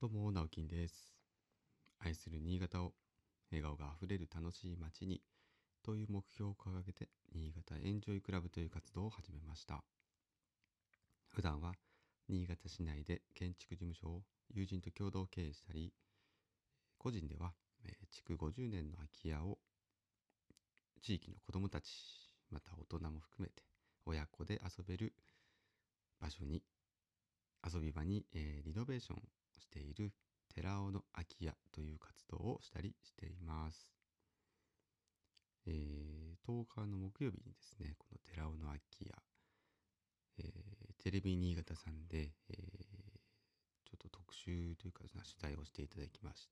どうも、直樹です。愛する新潟を笑顔があふれる楽しい街にという目標を掲げて、新潟エンジョイクラブという活動を始めました。普段は新潟市内で建築事務所を友人と共同経営したり、個人では築50年の空き家を地域の子どもたち、また大人も含めて親子で遊べる場所に、遊び場に、リノベーションしている寺尾の空き家という活動をしたりしています。10日の木曜日にですね、この寺尾の空き家、テレビ新潟さんで、ちょっと特集というか取材をしていただきまして、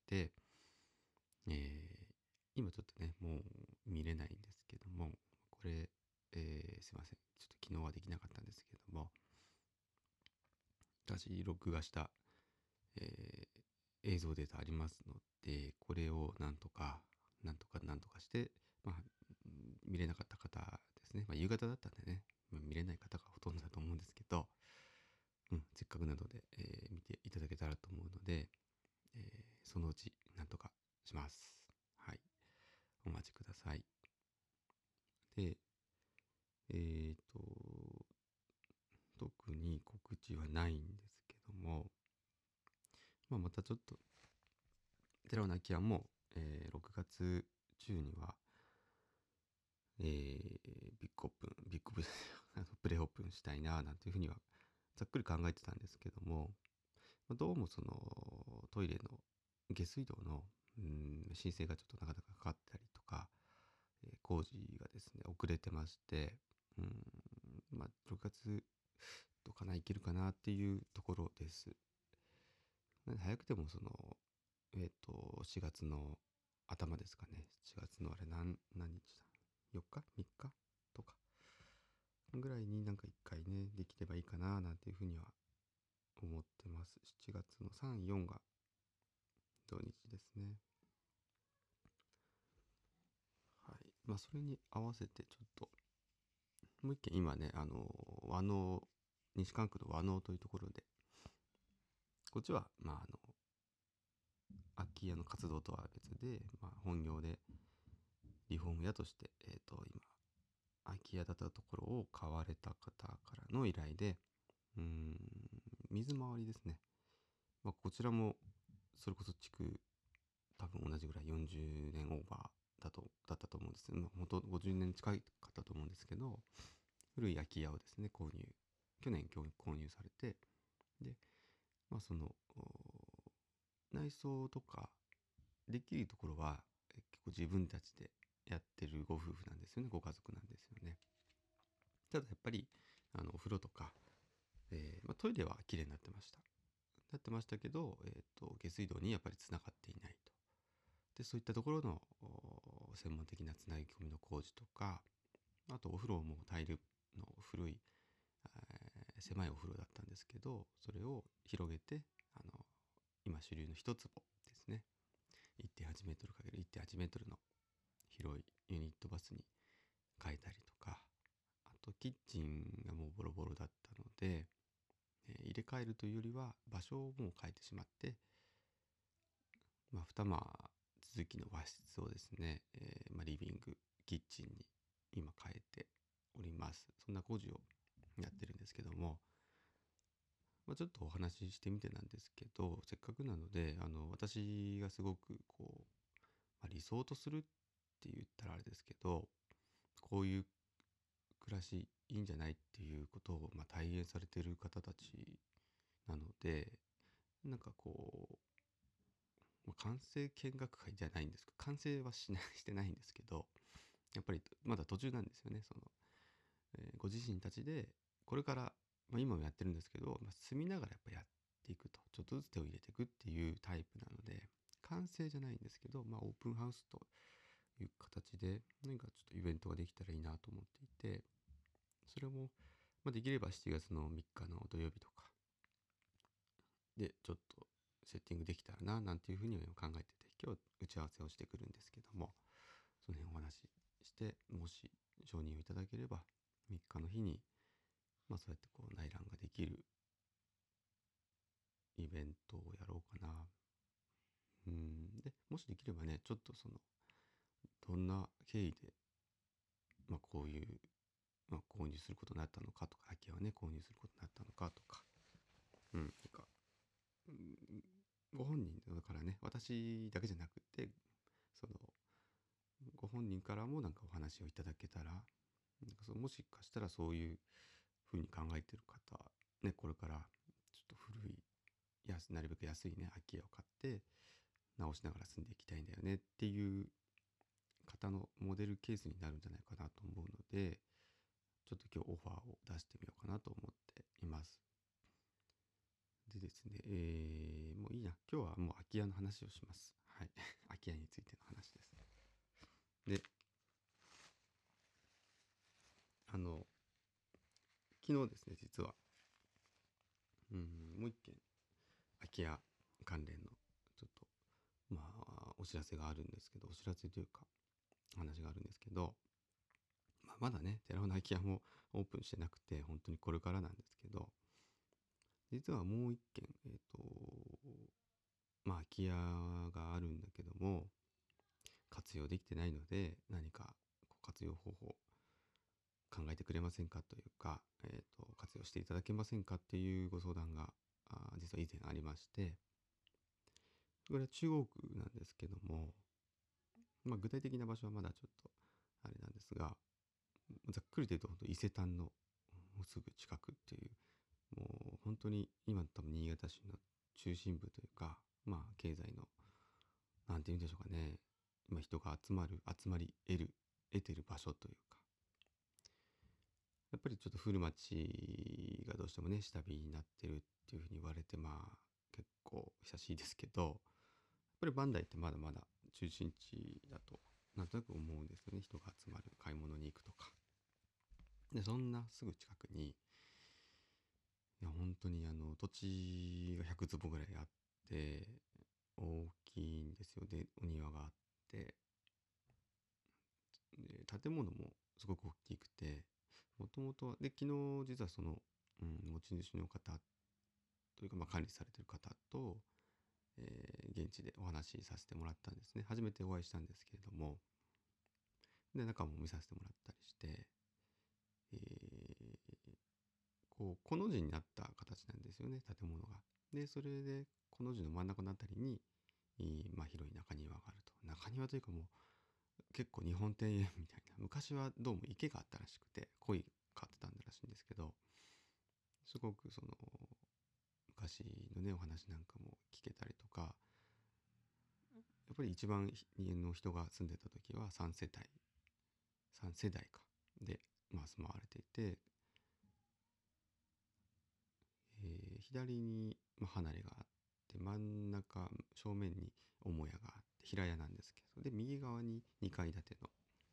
今ちょっとねもう見れないんですけども、これ、すいません、ちょっと昨日はできなかったんですけども、私録画した、映像データありますので、これをなんとかして、見れなかった方ですね、夕方だったんでね、見れない方がほとんどだと思うんですけど、せっかくなので、見ていただけたらと思うので、そのうちなんとかします。はい、お待ちください。で、特に告知はないんですけども、またちょっと寺尾の空き家も、6月中には、ビッグオープンプレオープンしたいななんていうふうにはざっくり考えてたんですけども、どうもそのトイレの下水道の申請がちょっとなかなかかかったりとか、工事がですね遅れてまして、6月どうかないけるかなっていうところです。早くてもその4月の頭ですかね。4月のあれ何日だ、4日3日とかぐらいになんか1回ねできればいいかななんていうふうには思ってます。7月の3、4が土日ですね。はい。それに合わせてちょっともう一件今ね、和能、西関区の和能というところで、こっちは空き家の活動とは別で、本業でリフォーム屋として、今空き家だったところを買われた方からの依頼で、水回りですね。こちらもそれこそ多分同じぐらい40年オーバーだったと思うんです。本当50年近かったと思うんですけど、古い空き家をですね去年購入されて、で、その内装とかできるところは結構自分たちでやってるご夫婦なんですよね。ご家族なんですよね。ただやっぱりお風呂とか、トイレは綺麗になってましたけど、下水道にやっぱりつながっていないと。でそういったところの専門的なつなぎ込みの工事とか、あとお風呂もタイルの古い、狭いお風呂だったんですけど、それを広げて今主流の一坪ですね、1.8メートル ×1.8 メートルの広いユニットバスに変えたりとか、あとキッチンがもうボロボロだったので、入れ替えるというよりは場所をもう変えてしまって、2続きの和室をですね、リビングキッチンに今変えております。そんな工事をやってるんですけども、ちょっとお話ししてみてなんですけど、せっかくなので私がすごく理想とするって言ったらあれですけど、こういう暮らしいいんじゃないっていうことを体現されている方たちなので、なんか完成見学会じゃないんですけど、完成はしてないんですけど、やっぱりまだ途中なんですよね。ご自身たちでこれから、今もやってるんですけど、住みながらやっぱやっていくと、ちょっとずつ手を入れていくっていうタイプなので、完成じゃないんですけど、オープンハウスという形で何かちょっとイベントができたらいいなと思っていて、それも、できれば7月の3日の土曜日とかでちょっとセッティングできたらななんていうふうに考えてて、今日打ち合わせをしてくるんですけども、その辺お話しして、もし承認をいただければ3日の日に、そうやって内覧ができるイベベントをやろうかな。で、もしできればね、ちょっとどんな経緯で、こういう、購入することになったのかとか、空き家をね、購入することになったのかとか、なんか、ご本人だからね、私だけじゃなくて、その、ご本人からもなんかお話をいただけたら、もしかしたらそういうふうに考えてる方、ね、これからちょっと古い、なるべく安いね、空き家を買って、直しながら住んでいきたいんだよねっていう方のモデルケースになるんじゃないかなと思うので、ちょっと今日オファーを出してみようかなと思っています。でですね、もういいや。今日はもう空き家の話をします。はい。空き家についての話です。で、昨日ですね、実は、もう一件、空き家関連の、ちょっと、お知らせがあるんですけど、お知らせというか、話があるんですけど、まだね、寺尾の空き家もオープンしてなくて、本当にこれからなんですけど、実はもう一件、空き家があるんだけども、活用できてないので、何か活用方法考えてくれませんかというか、活用していただけませんかっていうご相談が、実は以前ありまして、これは中央区なんですけども、具体的な場所はまだちょっとあれなんですが、ざっくりと言うと本当伊勢丹のすぐ近くっていう、もう本当に今多分新潟市の中心部というか、経済の、なんて言うんでしょうかね、今人が集まり得てる場所というか、やっぱりちょっと古町がどうしてもね、下火になってるっていうふうに言われて、結構久しいですけど、やっぱりバンダイってまだまだ中心地だと、なんとなく思うんですよね。人が集まる、買い物に行くとか。で、そんなすぐ近くに、本当に土地が100坪ぐらいあって、大きいんですよ。で、お庭があって、で、建物もすごく大きくて、もともとは、で、昨日実は持ち主の方というか、管理されてる方と、現地でお話しさせてもらったんですね。初めてお会いしたんですけれども、で、中も見させてもらったりして、この字になった形なんですよね、建物が。で、それで、この字の真ん中のあたりに、広い中庭があると。中庭というかもう、結構日本庭園みたいな。昔はどうも池があったらしくて、鯉飼ってたんだらしいんですけど、すごく昔のね、お話なんかも聞けたりとか、やっぱり一番の人が住んでた時は3世代か。で、住まわれていて、左に、離れがあって、真ん中、正面に母屋があって、平屋なんですけど、で、右側に2階建ての、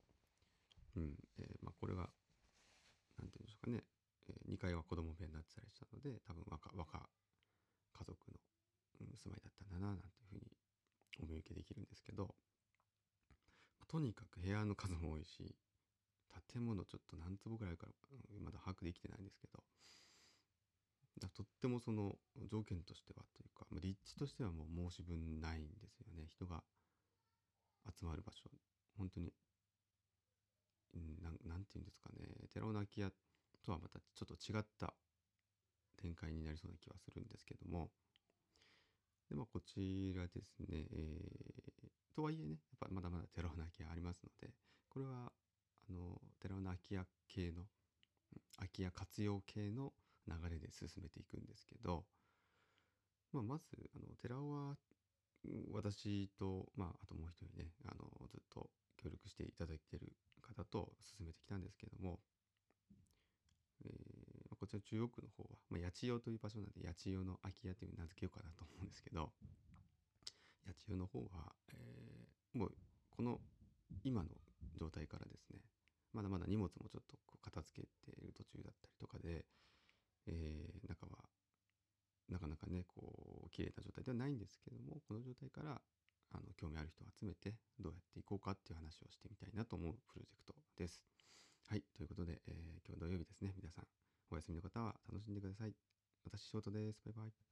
これが、なんていうんでしょうかね、2階は子供部屋になってたりしたので、多分若家族の、住まいだったんだな、なんていうふうにお見受けできるんですけど、とにかく部屋の数も多いし、建物ちょっと何坪ぐらいあるか、まだ把握できてないんですけど、とっても条件としてはというか、立地としてはもう申し分ないんですよね。人が集まる場所。本当に、なんていうんですかね。寺尾の空き家とはまたちょっと違った展開になりそうな気はするんですけども。で、こちらですね。とはいえね、やっぱまだまだ寺尾の空き家ありますので、これは、寺尾の空き家系の、空き家活用系の流れで進めていくんですけど、まず、寺尾は、私と、あともう一人ね、ずっと協力していただいている方と進めてきたんですけども、こちら中央区の方は、八千代という場所なんで、八千代の空き家という名付けようかなと思うんですけど、八千代の方は、もう、この今の状態からですね、まだまだ荷物もちょっと片付けている途中だったりとかで、中はなかなかね、綺麗な状態ではないんですけども、この状態から、興味ある人を集めて、どうやっていこうかっていう話をしてみたいなと思うプロジェクトです。はい、ということで、今日土曜日ですね。皆さん、お休みの方は楽しんでください。私、仕事です。バイバイ。